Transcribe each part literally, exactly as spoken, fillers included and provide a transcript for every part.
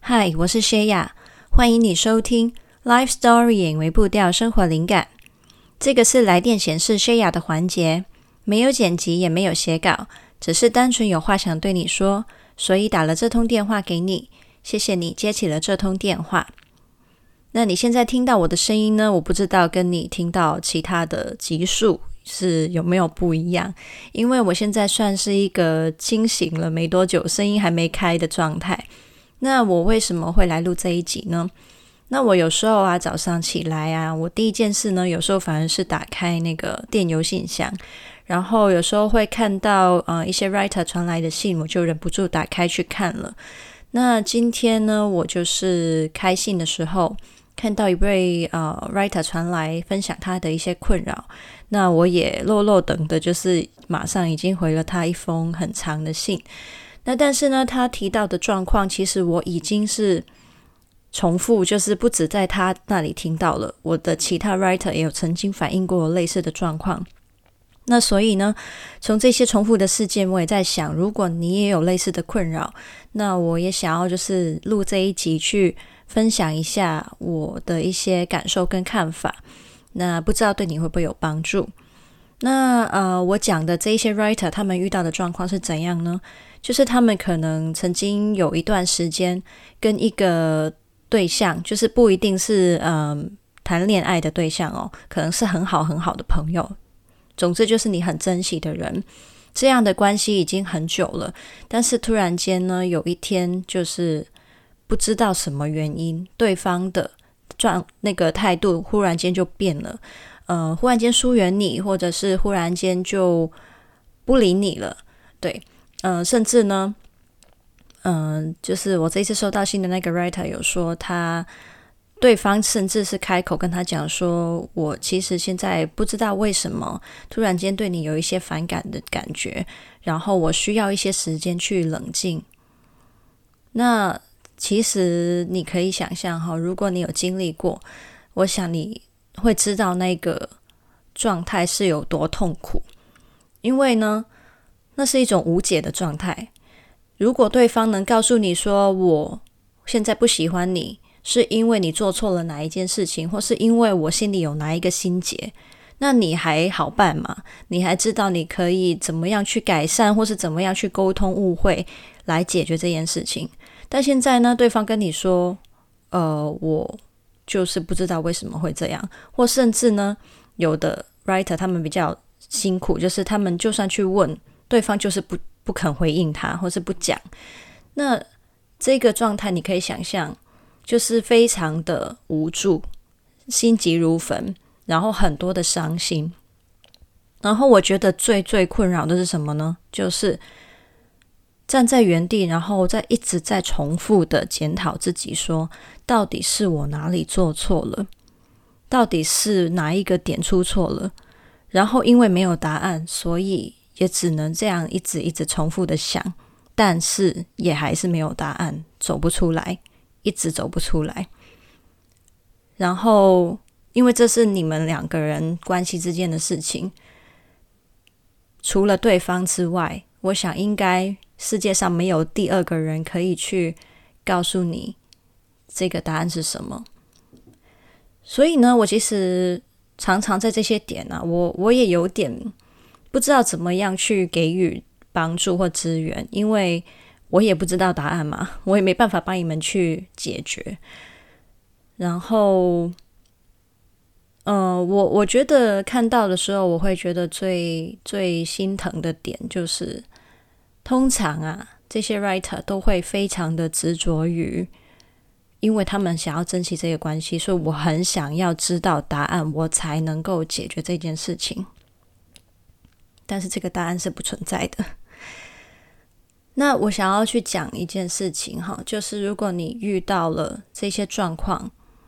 嗨，我是谢雅，欢迎你收听 Life Storying 为步调生活灵感。这个是来电显示谢雅的环节，没有剪辑也没有写稿，只是单纯有话想对你说，所以打了这通电话给你。谢谢你接起了这通电话。那你现在听到我的声音呢，我不知道跟你听到其他的集数是有没有不一样，因为我现在算是一个清醒了没多久，声音还没开的状态。那我为什么会来录这一集呢？那我有时候啊早上起来啊，我第一件事呢，有时候反而是打开那个电邮信箱，然后有时候会看到呃一些 writer 传来的信，我就忍不住打开去看了。那今天呢，我就是开信的时候看到一位呃 writer 传来分享他的一些困扰，那我也漏漏等的就是马上已经回了他一封很长的信。那但是呢，他提到的状况其实我已经是重复，就是不止在他那里听到了，我的其他 writer 也有曾经反映过类似的状况。那所以呢，从这些重复的事件，我也在想，如果你也有类似的困扰，那我也想要就是录这一集去分享一下我的一些感受跟看法，那不知道对你会不会有帮助。那呃，我讲的这一些 writer 他们遇到的状况是怎样呢？就是他们可能曾经有一段时间跟一个对象，就是不一定是呃谈恋爱的对象哦，可能是很好很好的朋友，总之就是你很珍惜的人，这样的关系已经很久了，但是突然间呢，有一天就是不知道什么原因，对方的状那个态度忽然间就变了，呃，忽然间疏远你，或者是忽然间就不理你了，对，呃，甚至呢，嗯、呃，就是我这一次收到信的那个 writer 有说他。对方甚至是开口跟他讲说，我其实现在不知道为什么突然间对你有一些反感的感觉，然后我需要一些时间去冷静。那其实你可以想象哈，如果你有经历过，我想你会知道那个状态是有多痛苦，因为呢，那是一种无解的状态。如果对方能告诉你说，我现在不喜欢你，是因为你做错了哪一件事情，或是因为我心里有哪一个心结，那你还好办吗？你还知道你可以怎么样去改善，或是怎么样去沟通误会来解决这件事情。但现在呢，对方跟你说呃，我就是不知道为什么会这样，或甚至呢，有的 writer 他们比较辛苦，就是他们就算去问对方，就是不不肯回应他，或是不讲。那这个状态你可以想象，就是非常的无助，心急如焚，然后很多的伤心。然后我觉得最最困扰的是什么呢？就是站在原地，然后再一直在重复的检讨自己说，到底是我哪里做错了？到底是哪一个点出错了？然后因为没有答案，所以也只能这样一直一直重复的想，但是也还是没有答案，走不出来。一直走不出来，然后因为这是你们两个人关系之间的事情，除了对方之外，我想应该世界上没有第二个人可以去告诉你这个答案是什么。所以呢，我其实常常在这些点啊，我我也有点不知道怎么样去给予帮助或支援，因为我也不知道答案嘛，我也没办法帮你们去解决。然后呃，我我觉得看到的时候，我会觉得最最心疼的点就是，通常啊，这些 writer 都会非常的执着于，因为他们想要珍惜这个关系，所以我很想要知道答案，我才能够解决这件事情。但是这个答案是不存在的。那我想要去讲一件事情哈，就是如果你遇到了这些状况，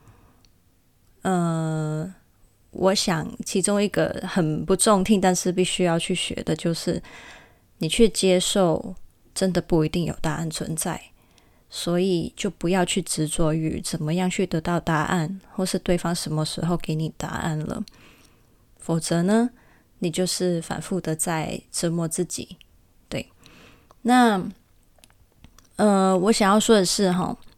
呃，我想其中一个很不中听，但是必须要去学的，就是你去接受，真的不一定有答案存在，所以就不要去执着于怎么样去得到答案，或是对方什么时候给你答案了，否则呢，你就是反复的在折磨自己。对，那呃，我想要说的是哈，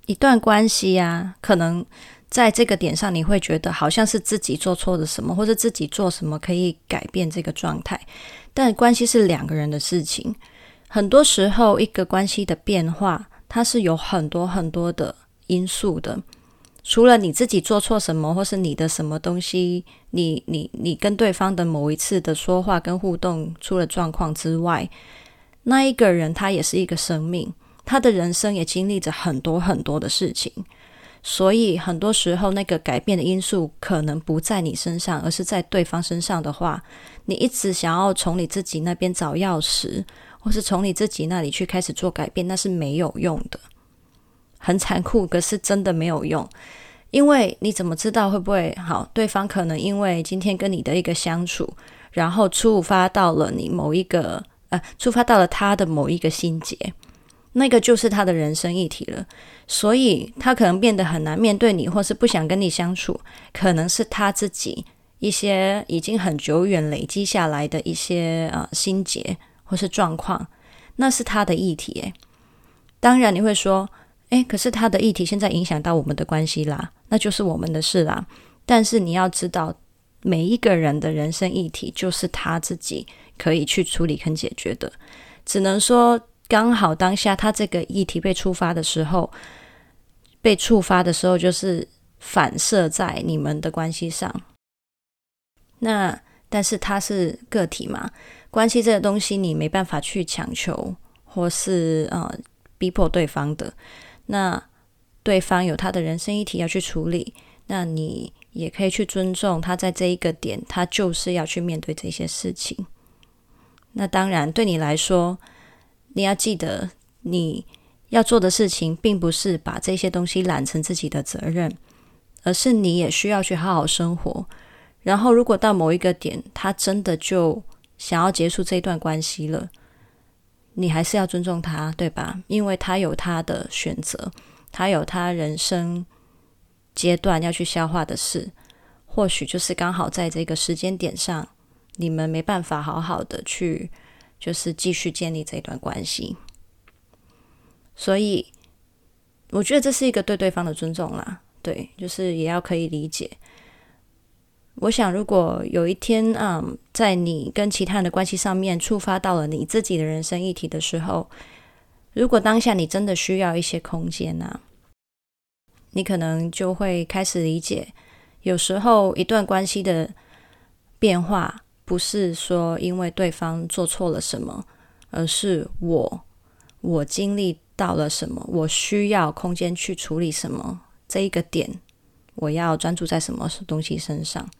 一段关系啊，可能在这个点上你会觉得好像是自己做错了什么，或者自己做什么可以改变这个状态，但关系是两个人的事情。很多时候一个关系的变化，它是有很多很多的因素的，除了你自己做错什么，或是你的什么东西，你你你跟对方的某一次的说话跟互动出了状况之外，那一个人他也是一个生命，他的人生也经历着很多很多的事情，所以很多时候那个改变的因素可能不在你身上，而是在对方身上的话，你一直想要从你自己那边找钥匙，或是从你自己那里去开始做改变，那是没有用的。很残酷，可是真的没有用。因为你怎么知道会不会好？对方可能因为今天跟你的一个相处，然后触发到了你某一个呃，触发到了他的某一个心结，那个就是他的人生议题了。所以他可能变得很难面对你，或是不想跟你相处，可能是他自己一些已经很久远累积下来的一些呃心结或是状况，那是他的议题耶。当然你会说，诶，可是他的议题现在影响到我们的关系啦，那就是我们的事啦。但是你要知道，每一个人的人生议题就是他自己可以去处理跟解决的，只能说刚好当下他这个议题被触发的时候，被触发的时候就是反射在你们的关系上。那但是他是个体嘛，关系这个东西你没办法去强求或是呃逼迫对方的，那对方有他的人生议题要去处理，那你也可以去尊重他在这一个点，他就是要去面对这些事情。那当然对你来说，你要记得你要做的事情并不是把这些东西揽成自己的责任，而是你也需要去好好生活。然后如果到某一个点他真的就想要结束这段关系了，你还是要尊重他，对吧？因为他有他的选择，他有他人生阶段要去消化的事，或许就是刚好在这个时间点上，你们没办法好好的去就是继续建立这段关系。所以我觉得这是一个对对方的尊重啦，对，就是也要可以理解。我想如果有一天嗯，在你跟其他人的关系上面触发到了你自己的人生议题的时候，如果当下你真的需要一些空间啊，你可能就会开始理解，有时候一段关系的变化不是说因为对方做错了什么，而是我我经历到了什么，我需要空间去处理什么，这一个点我要专注在什么东西身上。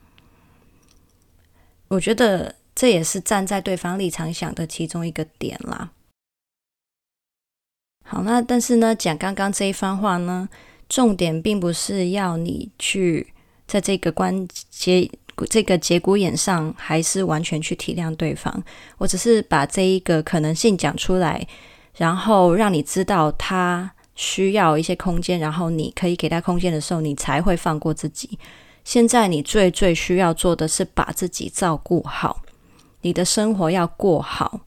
我觉得这也是站在对方立场想的其中一个点啦。好，那但是呢，讲刚刚这一番话呢，重点并不是要你去在这个关节这个节骨眼上还是完全去体谅对方，我只是把这一个可能性讲出来，然后让你知道他需要一些空间，然后你可以给他空间的时候，你才会放过自己。现在你最最需要做的是把自己照顾好，你的生活要过好。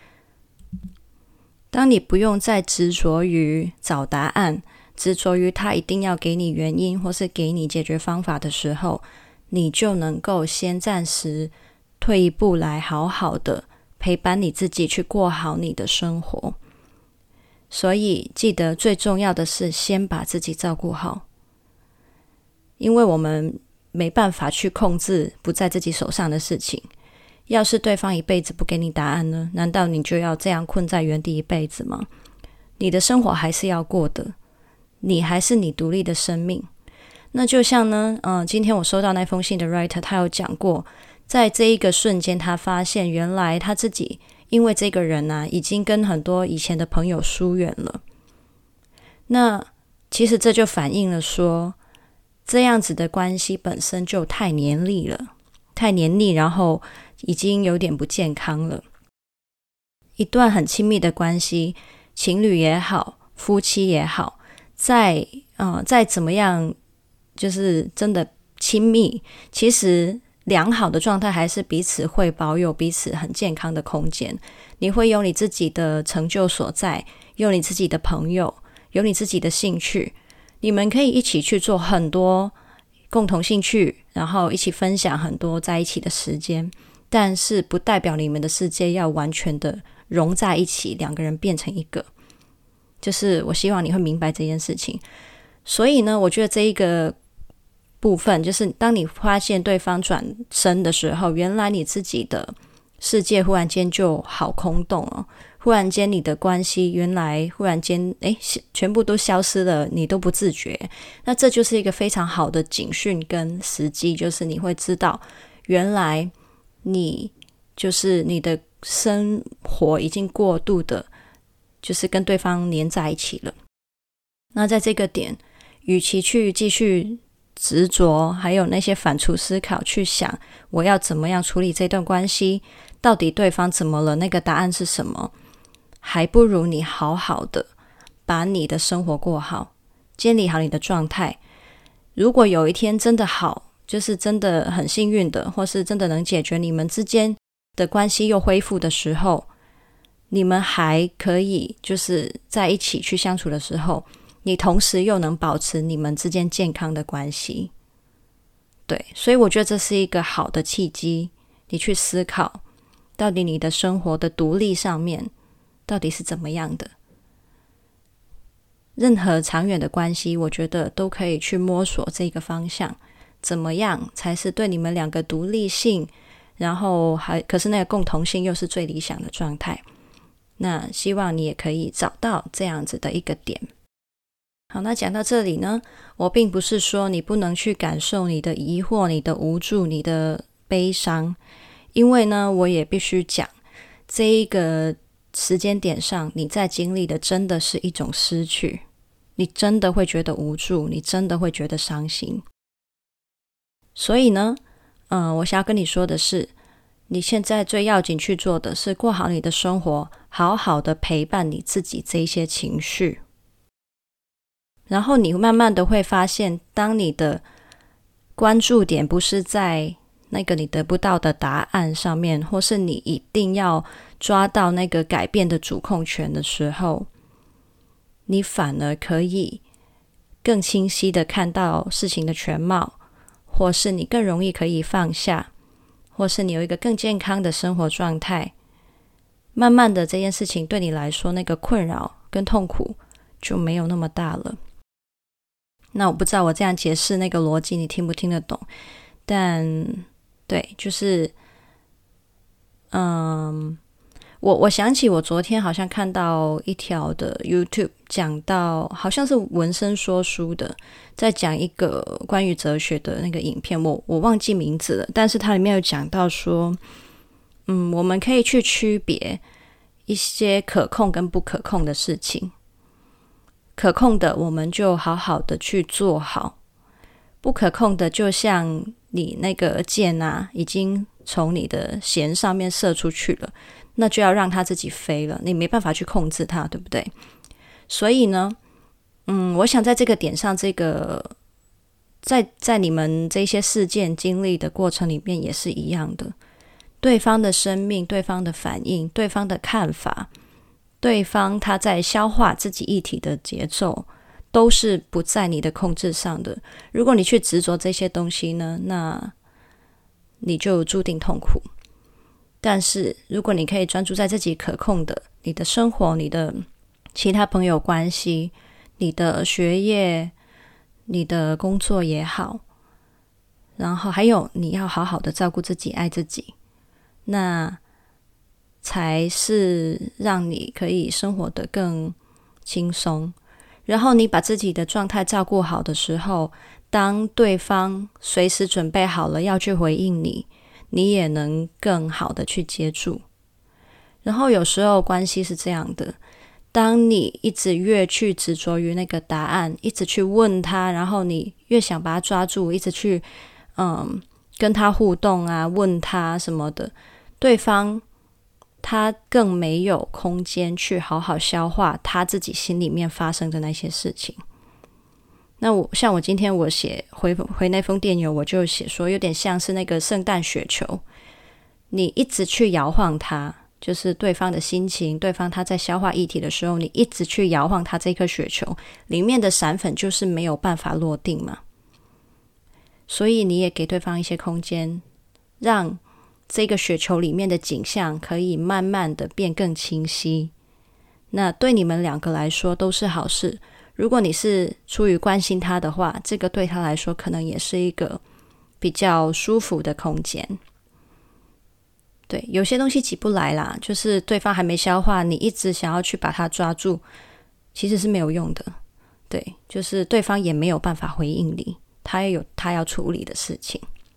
当你不用再执着于找答案，执着于他一定要给你原因或是给你解决方法的时候，你就能够先暂时退一步来，好好的陪伴你自己去过好你的生活。所以记得最重要的是先把自己照顾好，因为我们没办法去控制不在自己手上的事情。要是对方一辈子不给你答案呢？难道你就要这样困在原地一辈子吗？你的生活还是要过的，你还是你独立的生命。那就像呢，嗯，今天我收到那封信的 writer， 他有讲过，在这一个瞬间，他发现原来他自己因为这个人啊，已经跟很多以前的朋友疏远了。那其实这就反映了说，这样子的关系本身就太黏腻了，太黏腻，然后已经有点不健康了。一段很亲密的关系，情侣也好，夫妻也好，再呃再怎么样，就是真的亲密，其实良好的状态还是彼此会保有彼此很健康的空间。你会有你自己的成就所在，有你自己的朋友，有你自己的兴趣， 你们可以一起去做很多共同兴趣，然后一起分享很多在一起的时间，但是不代表你们的世界要完全的融在一起，两个人变成一个。就是我希望你会明白这件事情。所以呢，我觉得这一个部分，就是当你发现对方转身的时候，原来你自己的世界忽然间就好空洞哦，忽然间你的关系原来忽然间诶全部都消失了，你都不自觉。那这就是一个非常好的警讯跟时机，就是你会知道原来你就是你的生活已经过度的就是跟对方黏在一起了。那在这个点，与其去继续执着，还有那些反刍思考去想我要怎么样处理这段关系，到底对方怎么了，那个答案是什么，还不如你好好的把你的生活过好，建立好你的状态。如果有一天真的好，就是真的很幸运的，或是真的能解决你们之间的关系又恢复的时候，你们还可以就是在一起去相处的时候，你同时又能保持你们之间健康的关系。对，所以我觉得这是一个好的契机，你去思考到底你的生活的独立上面到底是怎么样的。任何长远的关系，我觉得都可以去摸索这个方向，怎么样才是对你们两个独立性，然后还可是那个共同性又是最理想的状态。那希望你也可以找到这样子的一个点。好，那讲到这里呢，我并不是说你不能去感受你的疑惑、你的无助、你的悲伤，因为呢，我也必须讲，这一个时间点上，你在经历的真的是一种失去，你真的会觉得无助，你真的会觉得伤心。所以呢，嗯，我想要跟你说的是，你现在最要紧去做的是过好你的生活，好好的陪伴你自己这一些情绪。然后你慢慢的会发现，当你的关注点不是在那个你得不到的答案上面，或是你一定要抓到那个改变的主控权的时候，你反而可以更清晰的看到事情的全貌，或是你更容易可以放下，或是你有一个更健康的生活状态。慢慢的这件事情对你来说，那个困扰跟痛苦就没有那么大了。那我不知道我这样解释那个逻辑你听不听得懂，但对，就是嗯，我我想起我昨天好像看到一条的 YouTube 讲到，好像是文生说书的，在讲一个关于哲学的那个影片，我我忘记名字了，但是它里面有讲到说，嗯，我们可以去区别一些可控跟不可控的事情。可控的我们就好好的去做好，不可控的就像你那个箭啊，已经从你的弦上面射出去了，那就要让它自己飞了，你没办法去控制它，对不对？所以呢，嗯，我想在这个点上，这个在在你们这些事件经历的过程里面也是一样的，对方的生命、对方的反应、对方的看法，对方他在消化自己议题的节奏，都是不在你的控制上的。如果你去执着这些东西呢，那你就注定痛苦。但是如果你可以专注在自己可控的，你的生活、你的其他朋友关系、你的学业、你的工作也好，然后还有你要好好的照顾自己、爱自己，那才是让你可以生活得更轻松。然后你把自己的状态照顾好的时候，当对方随时准备好了要去回应你，你也能更好的去接住。然后有时候关系是这样的，当你一直越去执着于那个答案，一直去问他，然后你越想把他抓住，一直去嗯跟他互动啊，问他什么的，对方他更没有空间去好好消化他自己心里面发生的那些事情。那我像我今天我写回回那封电邮，我就写说有点像是那个圣诞雪球，你一直去摇晃它， 就是对方的心情，对方他在消化液体的时候，你一直去摇晃他这颗雪球，里面的闪粉就是没有办法落定嘛。所以你也给对方一些空间，让这个雪球里面的景象可以慢慢的变更清晰。那对你们两个来说都是好事。如果你是出于关心他的话，这个对他来说可能也是一个比较舒服的空间。对，有些东西起不来啦，就是对方还没消化，你一直想要去把它抓住，其实是没有用的。对，就是对方也没有办法回应你，他也有他要处理的事情。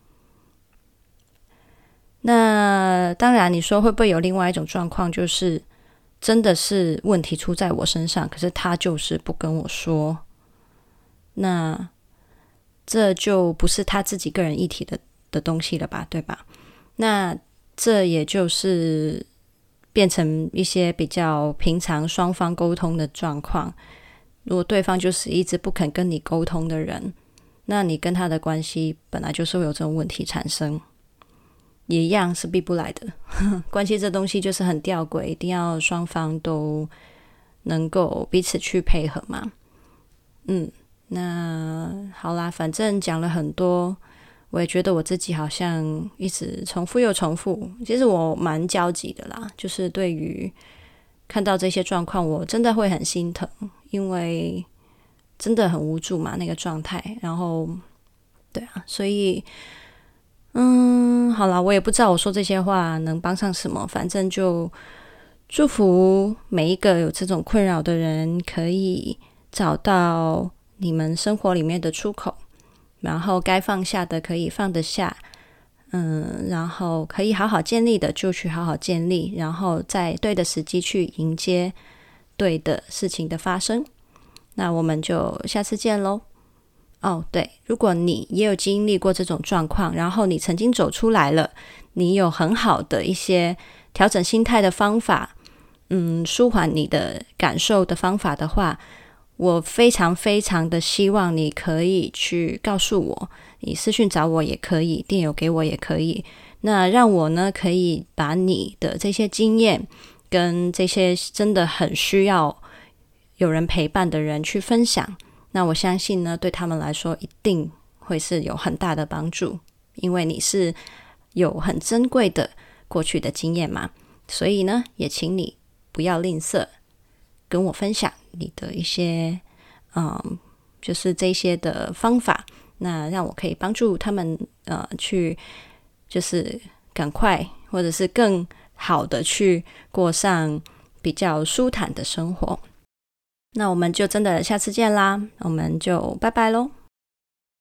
那当然你说会不会有另外一种状况，就是真的是问题出在我身上，可是他就是不跟我说，那这就不是他自己个人议题 的, 的东西了吧，对吧？那这也就是变成一些比较平常双方沟通的状况。如果对方就是一直不肯跟你沟通的人，那你跟他的关系本来就是会有这种问题产生，也一样是避不来的。关系这东西就是很吊诡，一定要双方都能够彼此去配合嘛。嗯，那好啦，反正讲了很多，我也觉得我自己好像一直重复又重复，其实我蛮焦急的啦，就是对于看到这些状况我真的会很心疼，因为真的很无助嘛，那个状态。然后对啊，所以嗯，好啦，我也不知道我说这些话能帮上什么，反正就祝福每一个有这种困扰的人可以找到你们生活里面的出口，然后该放下的可以放得下，嗯，然后可以好好建立的就去好好建立，然后在对的时机去迎接对的事情的发生。那我们就下次见咯。哦，对，如果你也有经历过这种状况，然后你曾经走出来了，你有很好的一些调整心态的方法，嗯，舒缓你的感受的方法的话，我非常非常的希望你可以去告诉我，你私讯找我也可以，电邮给我也可以，那让我呢可以把你的这些经验跟这些真的很需要有人陪伴的人去分享。那我相信呢，对他们来说一定会是有很大的帮助，因为你是有很珍贵的过去的经验嘛，所以呢，也请你不要吝啬跟我分享你的一些嗯，就是这些的方法，那让我可以帮助他们呃去就是赶快或者是更好的去过上比较舒坦的生活。那我们就真的下次见啦，我们就拜拜咯。